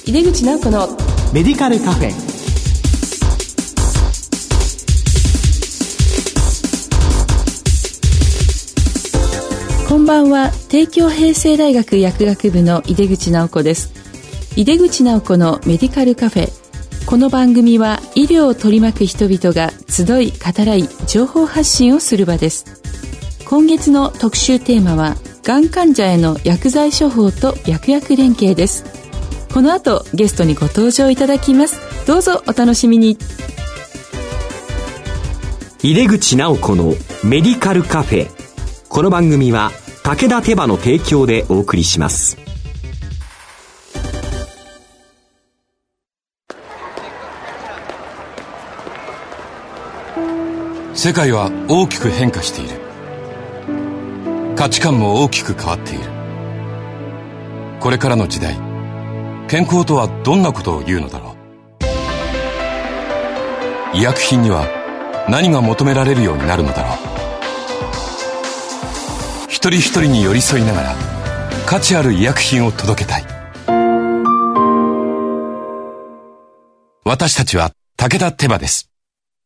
井出口直子のメディカルカフェ。 こんばんは。帝京平成大学薬学部の井出口直子です。井出口直子のメディカルカフェ。この番組は医療を取り巻く人々が集い語らい情報発信をする場です。今月の特集テーマはがん患者への薬剤処方と薬薬連携です。この後ゲストにご登場いただきます。どうぞお楽しみに。 井出口直子のメディカルカフェ。この番組は武田手羽の提供でお送りします。 世界は大きく変化している。価値観も大きく変わっている。これからの時代、健康とはどんなことを言うのだろう。医薬品には何が求められるようになるのだろう。一人一人に寄り添いながら価値ある医薬品を届けたい。私たちは武田手羽です。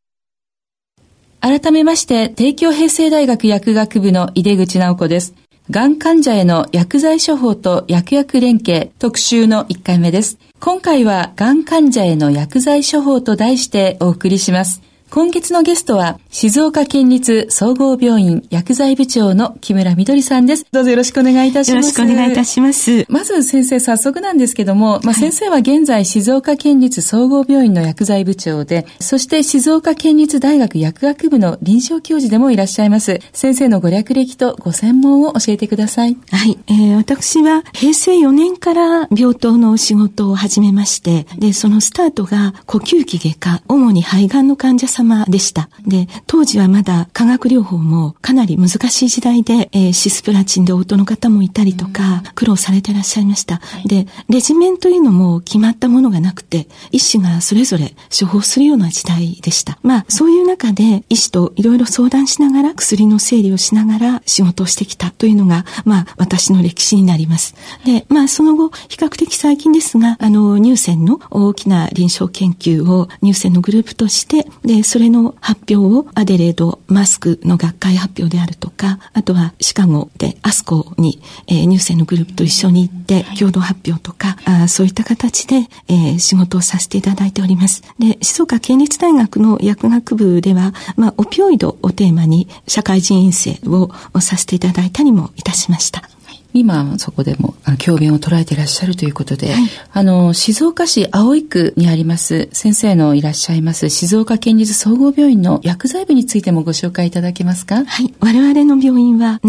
改めまして帝京平成大学薬学部の井出口直子です。がん患者への薬剤処方と薬薬連携特集の1回目です。今回はがん患者への薬剤処方と題してお送りします。今月のゲストは静岡県立総合病院薬剤部長の木村みどりさんです。どうぞよろしくお願いいたします。 よろしくお願いいたします。 まず先生、早速なんですけども、先生は現在静岡県立総合病院の薬剤部長で、そして静岡県立大学薬学部の臨床教授でもいらっしゃいます。先生のご略歴とご専門を教えてください。 はい、私は平成4年から病棟の仕事を始めまして、でそのスタートが呼吸器外科、主に肺がんの患者様でした。で、当時はまだ化学療法もかなり難しい時代で、シスプラチンで嘔吐の方もいたりとか、苦労されていらっしゃいました。で、レジメンというのも決まったものがなくて、医師がそれぞれ処方するような時代でした。そういう中で医師といろいろ相談しながら、薬の整理をしながら仕事をしてきたというのが、私の歴史になります。で、その後、比較的最近ですが、乳腺の大きな臨床研究を乳腺のグループとして、で、それの発表をアデレードマスクの学会発表であるとか、あとはシカゴでアスコに、乳腺のグループと一緒に行って共同発表とか、そういった形で、仕事をさせていただいております。で、静岡県立大学の薬学部では、オピオイドをテーマに社会人院生をさせていただいたりもいたしました。 今そこでも教鞭を捉えていらっしゃるということで、静岡市葵区にあります先生のいらっしゃいます静岡県立総合病院の薬剤部についてもご紹介いただけますか？ はい、我々の病院は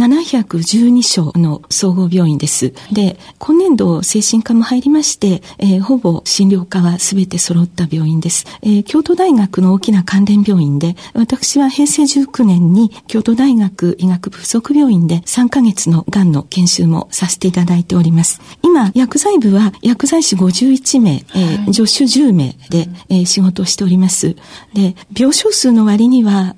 712床の総合病院です。で、今年度精神科も入りまして、ほぼ診療科は全て揃った病院です。京都大学の大きな関連病院で、私は平成19年に京都大学医学部附属病院で3ヶ月のがんの研修もさせていただいております。今、薬剤部は薬剤師51名、助手10名で、仕事をしております。で、病床数の割には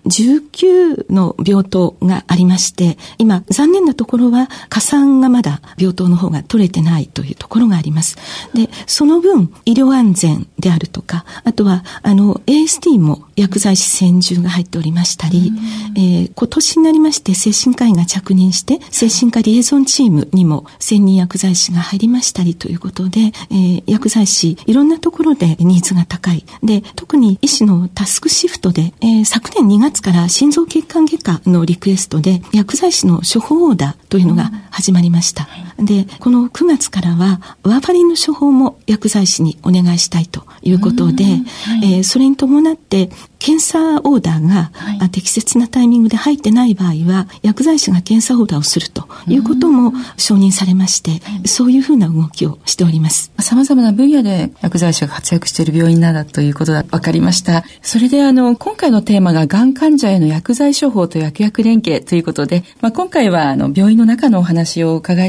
19の病棟がありまして、今、残念なところは加算がまだ病棟の方が取れてないというところがあります。で、その分、医療安全であるとか、あとは、AST も薬剤師専従が入っておりましたり、今年になりまして精神科医が着任して、精神科リエゾンチームにも専任薬剤師が入りましたりということで、薬剤師いろんなところでニーズが高い。で、特に医師のタスクシフトで、昨年2月から心臓血管外科のリクエストで薬剤師の処方オーダーというのが始まりました。で、この9月からはワーファリンの処方も薬剤師にお願いしたいということで、それに伴って検査オーダーが適切なタイミングで入ってない場合は薬剤師が検査オーダーをするということも承認されまして、そういうふうな動きをしております。 様々な分野で薬剤師が活躍している病院なんだということが分かりました。それで今回のテーマががん患者への薬剤処方と薬薬連携ということで、今回は病院の中のお話をお伺いしたいと思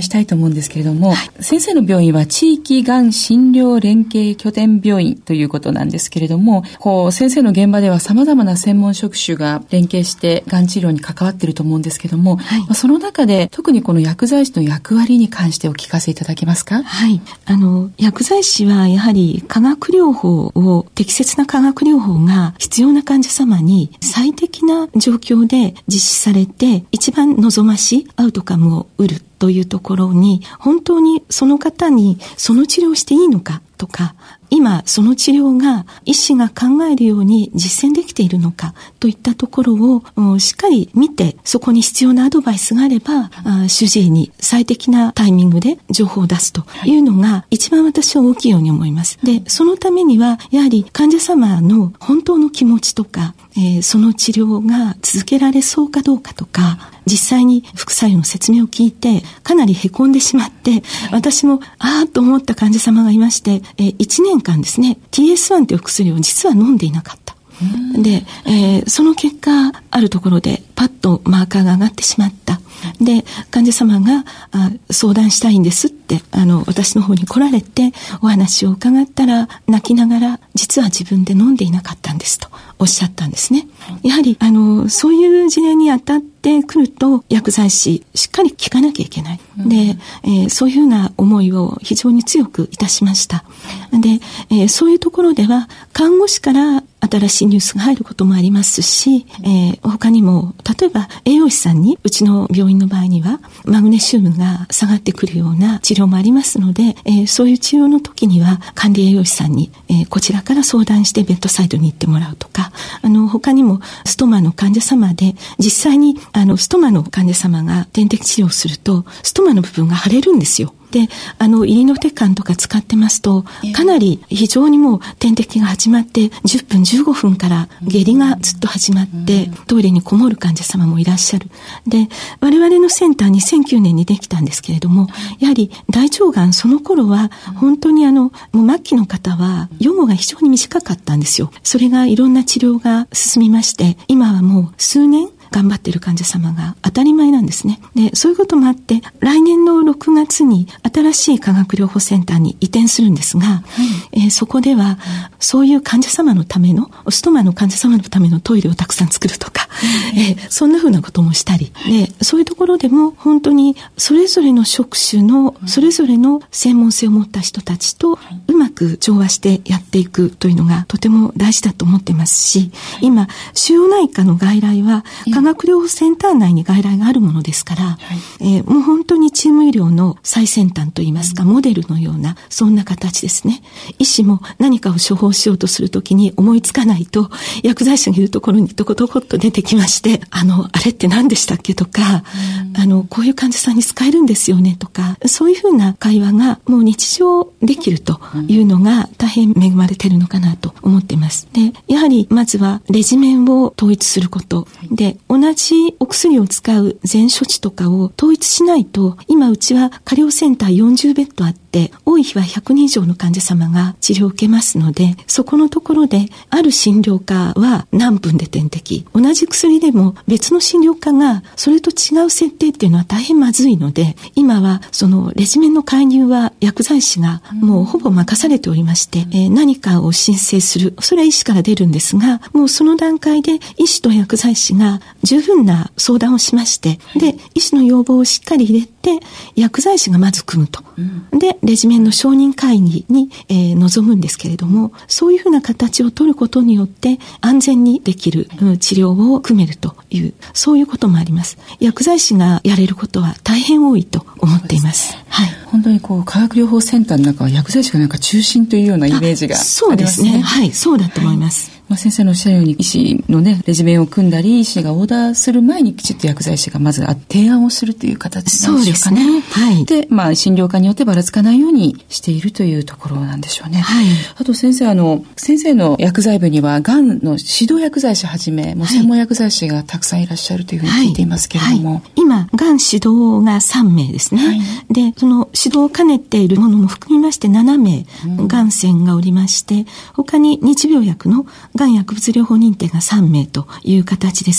思うんですけれども、先生の病院は地域がん診療連携拠点病院ということなんですけれども、先生の現場では様々な専門職種が連携してがん治療に関わっていると思うんですけども、その中で特にこの薬剤師の役割に関してお聞かせいただけますか？ はい。薬剤師はやはり適切な化学療法が必要な患者様に最適な状況で実施されて一番望ましいアウトカムを得るというところに、本当にその方にその治療をしていいのかとか、今その治療が医師が考えるように実践できているのかといったところをしっかり見て、そこに必要なアドバイスがあれば主治医に最適なタイミングで情報を出すというのが一番私は大きいように思います。で、そのためにはやはり患者様の本当の気持ちとか、その治療が続けられそうかどうかとか、実際に副作用の説明を聞いてかなり凹んでしまって、私もと思った患者様がいまして、1年間ですね TS1 という薬を実は飲んでいなかった。で、その結果あるところでパッとマーカーが上がってしまった。で、患者様が相談したいんですって私の方に来られてお話を伺ったら、泣きながら実は自分で飲んでいなかったんですとおっしゃったんですね。やはりそういう事例に当たってくると薬剤師しっかり聞かなきゃいけない。で、そういうふうな思いを非常に強くいたしました。で、そういうところでは看護師から新しいニュースが入ることもありますし、他にも例えば栄養士さんに、うちの病院の場合にはマグネシウムが下がってくるような治療もありますので、そういう治療の時には管理栄養士さんに、こちらから相談してベッドサイドに行ってもらうとか、他にもストマの患者様で実際にストマの患者様が点滴治療をするとストマの部分が腫れるんですよ。で、入りの鉄管とか使ってますと、かなり非常にもう点滴が始まって10分15分から下痢がずっと始まってトイレにこもる患者様もいらっしゃる。で、我々のセンター2009年にできたんですけれども、やはり大腸がんその頃は本当にもう末期の方は予後が非常に短かったんですよ。それがいろんな治療が進みまして、今はもう数年頑張っている患者様が当たり前なんですね。で、そういうこともあって来年の6月に新しい化学療法センターに移転するんですが、そこではそういう患者様のためのストマの患者様のためのトイレをたくさん作るとか、そんな風なこともしたりで、そういうところでも本当にそれぞれの職種のそれぞれの専門性を持った人たちとうまく調和してやっていくというのがとても大事だと思ってますし、今腫瘍内科の外来は化学療法センター内に外来があるものですから、もう本当にチーム医療の最先端といいますか、モデルのようなそんな形ですね。医師も何かを処方しようとするときに思いつかないと薬剤師がいるところにトコトコっと出てきまして、あれって何でしたっけとか、こういう患者さんに使えるんですよねとか、そういうふうな会話がもう日常できるというのが大変恵まれているのかなと思っています。で、やはりまずはレジメンを統一することで、同じお薬を使う全処置とかを統一しないと、今うちは加療センター40ベッドあって、多い日は100人以上の患者様が治療を受けますので、そこのところである診療科は何分で点滴、同じ薬でも別の診療科がそれと違う設定っていうのは大変まずいので、今はそのレジメンの介入は薬剤師がもうほぼ任されておりまして、何かを申請する、それは医師から出るんですが、もうその段階で医師と薬剤師が十分な相談をしまして、で、医師の要望をしっかり入れて薬剤師がまず組むと、でレジメンの承認会議に、臨むんですけれども、そういうふうな形を取ることによって安全にできる、治療を組めるという、そういうこともあります。薬剤師がやれることは大変多いと思っています。はい。 本当に化学療法センターの中は薬剤師が中心というようなイメージがありますね。 そうですね。はい、そうだと思います。 先生のおっしゃるように医師のね、レジメンを組んだり、医師がオーダーする前にきちっと薬剤師がまず提案をするという形なんでしょうかね。そうですね。はい。で、診療科によってばらつかないようにしているというところなんでしょうね。はい。あと先生、先生の薬剤部には、がんの指導薬剤師はじめ、もう専門薬剤師がたくさんいらっしゃるというふうに聞いていますけれども。 今、がん指導が3名ですね。で、その指導を兼ねているものも含みまして7名、がん専がおりまして、他に日病薬のがん薬物療法認定が3名という形です。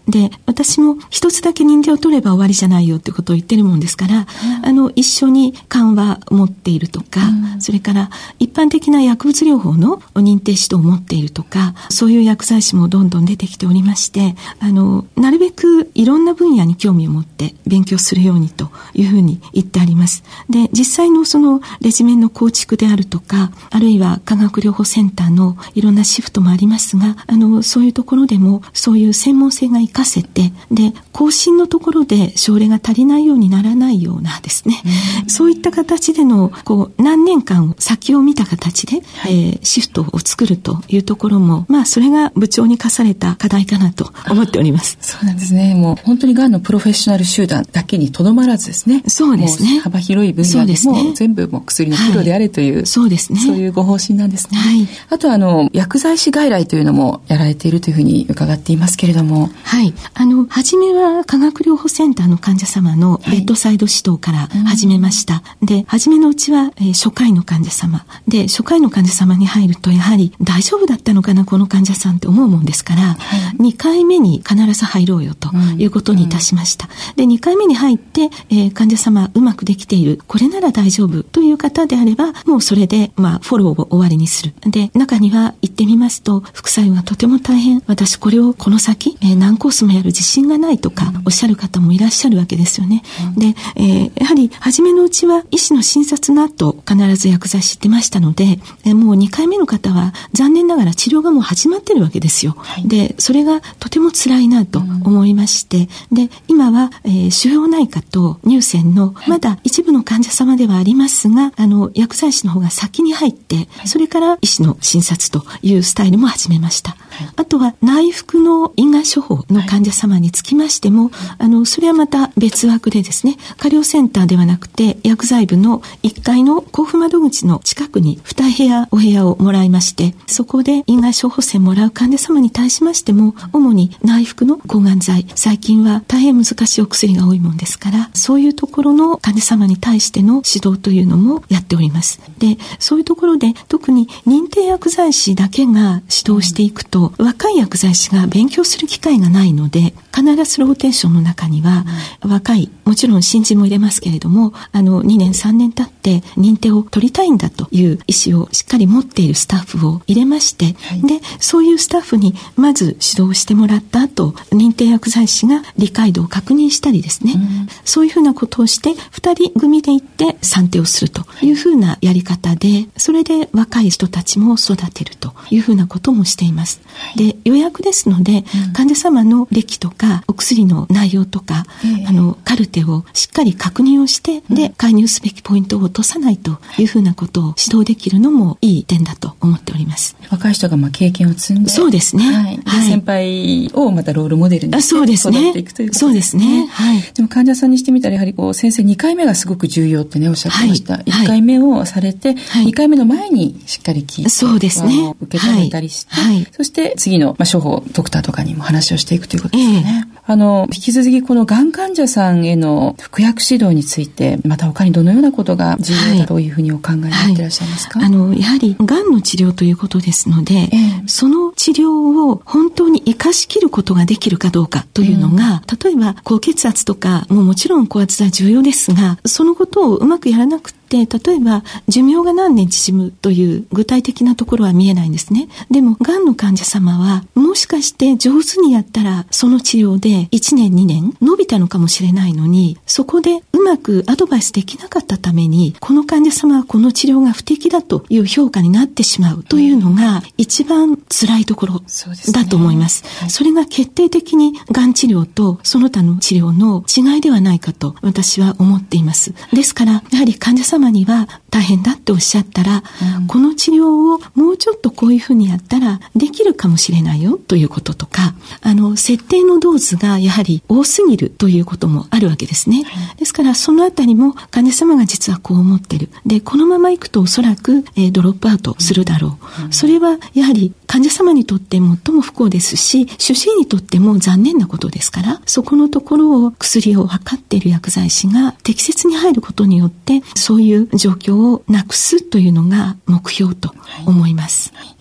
で、私も一つだけ認定を取れば終わりじゃないよってことを言ってるもんですから、一緒に緩和を持っているとか、それから一般的な薬物療法の認定指導を持っているとか、そういう薬剤師もどんどん出てきておりまして、なるべくいろんな分野に興味を持って勉強するようにというふうに言ってあります。で、実際のそのレジメンの構築であるとか、あるいは化学療法センターのいろんなシフトもありますが、そういうところでもそういう専門性が活かせて、で、更新のところで症例が足りないようにならないようなですね、そういった形での何年間先を見た形で、シフトを作るというところも、それが部長に課された課題かなと思っております。 そうなんですね。もう本当にがんのプロフェッショナル集団だけにとどまらずですね。 そうですね。 幅広い分野でも全部もう薬のプロであれという、 そうですね。 そういうご方針なんですね。あと薬剤師外来というのもやられているというふうに伺っていますけれども。 はい。初めは化学療法センターの患者様のベッドサイド指導から始めました。で、初めのうちは、初回の患者様で、初回の患者様に入るとやはり大丈夫だったのかなこの患者さんって思うもんですから、2回目に必ず入ろうよということにいたしました。で、2回目に入って、患者様うまくできている、これなら大丈夫という方であれば、もうそれでフォローを終わりにする。で、中には行ってみますと副作用がとても大変、私これをこの先、何コースもやる自信がないとかおっしゃる方もいらっしゃるわけですよね。で、やはり初めのうちは医師の診察の後必ず薬剤師ってましたので、もう2回目の方は残念ながら治療がもう始まってるわけですよ。で、それがとても辛いなと思いまして、で、今は、腫瘍内科と乳腺のまだ一部の患者様ではありますが、薬剤師の方が先に入って、それから医師の診察というスタイルも始めました。あとは内服の因果処方の患者様につきましても、それはまた別枠でですね、過療センターではなくて薬剤部の1階の交付窓口の近くに2お部屋をもらいまして、そこで因果処方箋もらう患者様に対しましても、主に内服の抗がん剤、最近は大変難しいお薬が多いもんですから、そういうところの患者様に対しての指導というのもやっております。で、そういうところで特に認定薬剤師だけが指導していくと、若い薬剤師が勉強する機会がないので、必ずローテーションの中には、若い、もちろん新人も入れますけれども、2年3年経って認定を取りたいんだという意思をしっかり持っているスタッフを入れまして、で、そういうスタッフにまず指導してもらった後、認定薬剤師が理解度を確認したりですね、そういうふうなことをして2人組で行って算定をするというふうなやり方で、それで若い人たちも育てるというふうなこともしています。で、予約ですので、患者様の歴とかお薬の内容とか、カルテをしっかり確認をして、で、介入すべきポイントを落とさないというふうなことを指導できるのもいい点だと思っております。 若い人が経験を積んで、 そうですね。 先輩をまたロールモデルにして育っていくということですね。 そうですね。 でも患者さんにしてみたら、やはり先生2回目がすごく重要ってね、おっしゃってました。1回目をされて、2回目の前にしっかり聞いて、 そうですね。 受け止めたりして、そして次の処方、ドクターとかにも話をしていくということですよね。引き続きこのがん患者さんへの服薬指導について、また他にどのようなことが重要だというふうにお考えになっていらっしゃいますか？ やはりがんの治療ということですので、その治療を本当に生かしきることができるかどうかというのが、例えば高血圧とかもちろん高圧は重要ですが、そのことをうまくやらなくて、例えば寿命が何年縮むという具体的なところは見えないんですね。でもがんの患者様はもしかして上手にやったらその治療で1年2年伸びたのかもしれないのに、そこでうまくアドバイスできなかったために、この患者様はこの治療が不適だという評価になってしまうというのが一番辛いところだと思います。それが決定的にがん治療とその他の治療の違いではないかと私は思っています。ですからやはり患者様には大変だっておっしゃったら、この治療をもうちょっとこういうふうにやったらできるかもしれないよということとか、設定のドーズがやはり多すぎるということもあるわけですね。ですからそのあたりも患者様が実はこう思ってる。で、このままいくとおそらく、ドロップアウトするだろう。それはやはり患者様にとって最も不幸ですし、主治医にとっても残念なことですから、そこのところを薬を測っている薬剤師が適切に入ることによって、そういう状況をなくすというのが目標と思います。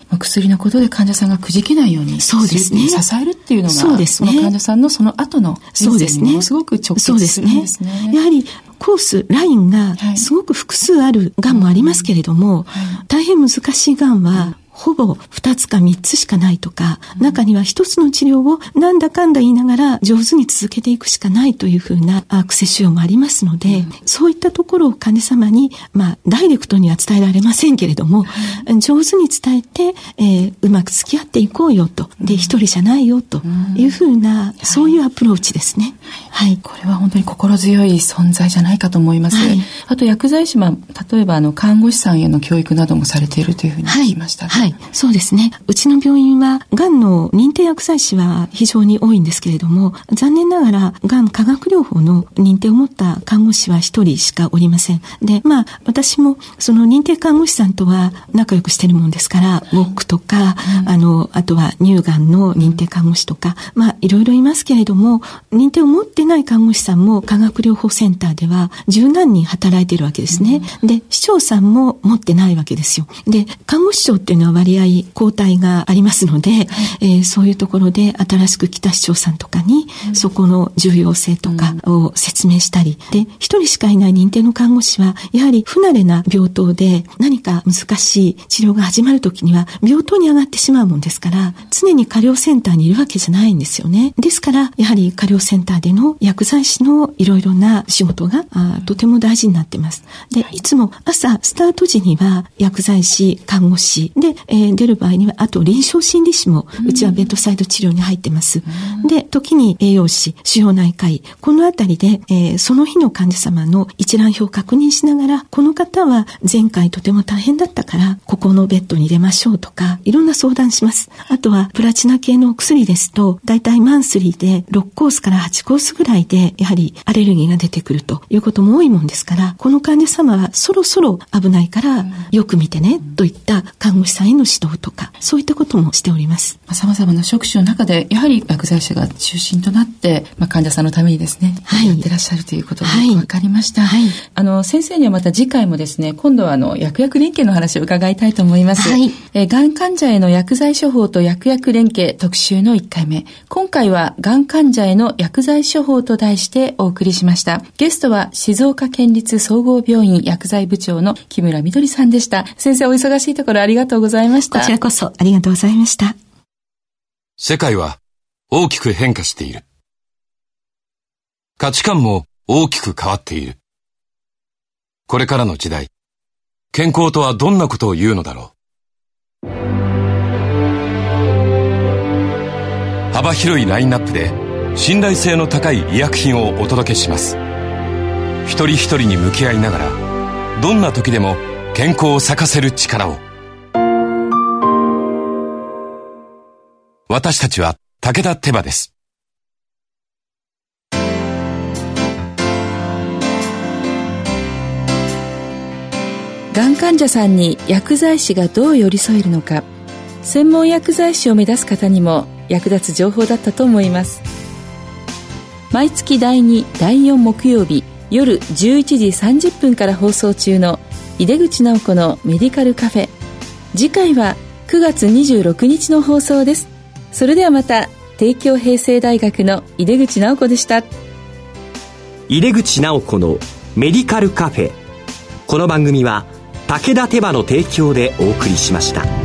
薬のことで患者さんがくじけないようにそうですね、 支えるっていうのが、 そうですね、 その患者さんのその後の人生にものすごく直結するんですね。 やはりコース、ラインがすごく複数あるがんもありますけれども、大変難しいがんは、ほぼ2つか3つしかないとか、中には1つの治療をなんだかんだ言いながら上手に続けていくしかないというふうな悪性腫瘍もありますので、そういったところを患者様に、ダイレクトには伝えられませんけれども、上手に伝えて、うまく付き合っていこうよと。で、一人じゃないよというふうな、そういうアプローチですね。はい。 これは本当に心強い存在じゃないかと思います。あと薬剤師、例えば看護師さんへの教育などもされているというふうに聞きました。 はい、そうですね。うちの病院は、がんの認定薬剤師は非常に多いんですけれども、残念ながら、がん化学療法の認定を持った看護師は一人しかおりません。で、私も、その認定看護師さんとは仲良くしてるもんですから、ウォックとか、あとは乳がんの認定看護師とか、いろいろいますけれども、認定を持ってない看護師さんも化学療法センターでは十何人働いているわけですね。で、師長さんも持ってないわけですよ。で、看護師長っていうのは割合交代がありますので、そういうところで新しく来た市長さんとかに、そこの重要性とかを説明したり、で、一人しかいない認定の看護師は、やはり不慣れな病棟で何か難しい治療が始まるときには、病棟に上がってしまうもんですから、常に過料センターにいるわけじゃないんですよね。ですから、やはり過料センターでの薬剤師のいろいろな仕事がとても大事になっています。で、いつも朝スタート時には薬剤師、看護師で、出る場合には、あと臨床心理士も、うちはベッドサイド治療に入ってます。で、時に栄養士、腫瘍内科医、このあたりで、その日の患者様の一覧表を確認しながら、この方は前回とても大変だったから、ここのベッドに入れましょうとか、いろんな相談します。あとは、プラチナ系のお薬ですと、だいたいマンスリーで6コースから8コースぐらいで、やはりアレルギーが出てくるということも多いもんですから、この患者様はそろそろ危ないから、よく見てね、といった看護師さんへの指導とか、そういったこともしております。 様々な職種の中で、やはり薬剤師が中心となって、患者さんのためにですね、やってらっしゃるということがよくわかりました。先生にはまた次回もですね、今度は薬薬連携の話を伺いたいと思います。がん患者への薬剤処方と薬薬連携特集の1回目。今回はがん患者への薬剤処方と題してお送りしました。ゲストは静岡県立総合病院薬剤部長の木村みどりさんでした。先生、お忙しいところありがとうございました。 こちらこそありがとうございました。 世界は大きく変化している。価値観も大きく変わっている。これからの時代、健康とはどんなことを言うのだろう。幅広いラインナップで信頼性の高い医薬品をお届けします。一人一人に向き合いながら、どんな時でも健康を咲かせる力を。私たちは武田手羽です。 がん患者さんに薬剤師がどう寄り添えるのか、専門薬剤師を目指す方にも役立つ情報だったと思います。毎月第2、第4木曜日夜11時30分から放送中の井出口直子のメディカルカフェ。次回は9月26日の放送です。それではまた。帝京平成大学の井出口直子でした。 井出口直子のメディカルカフェ。この番組は武田手羽の提供でお送りしました。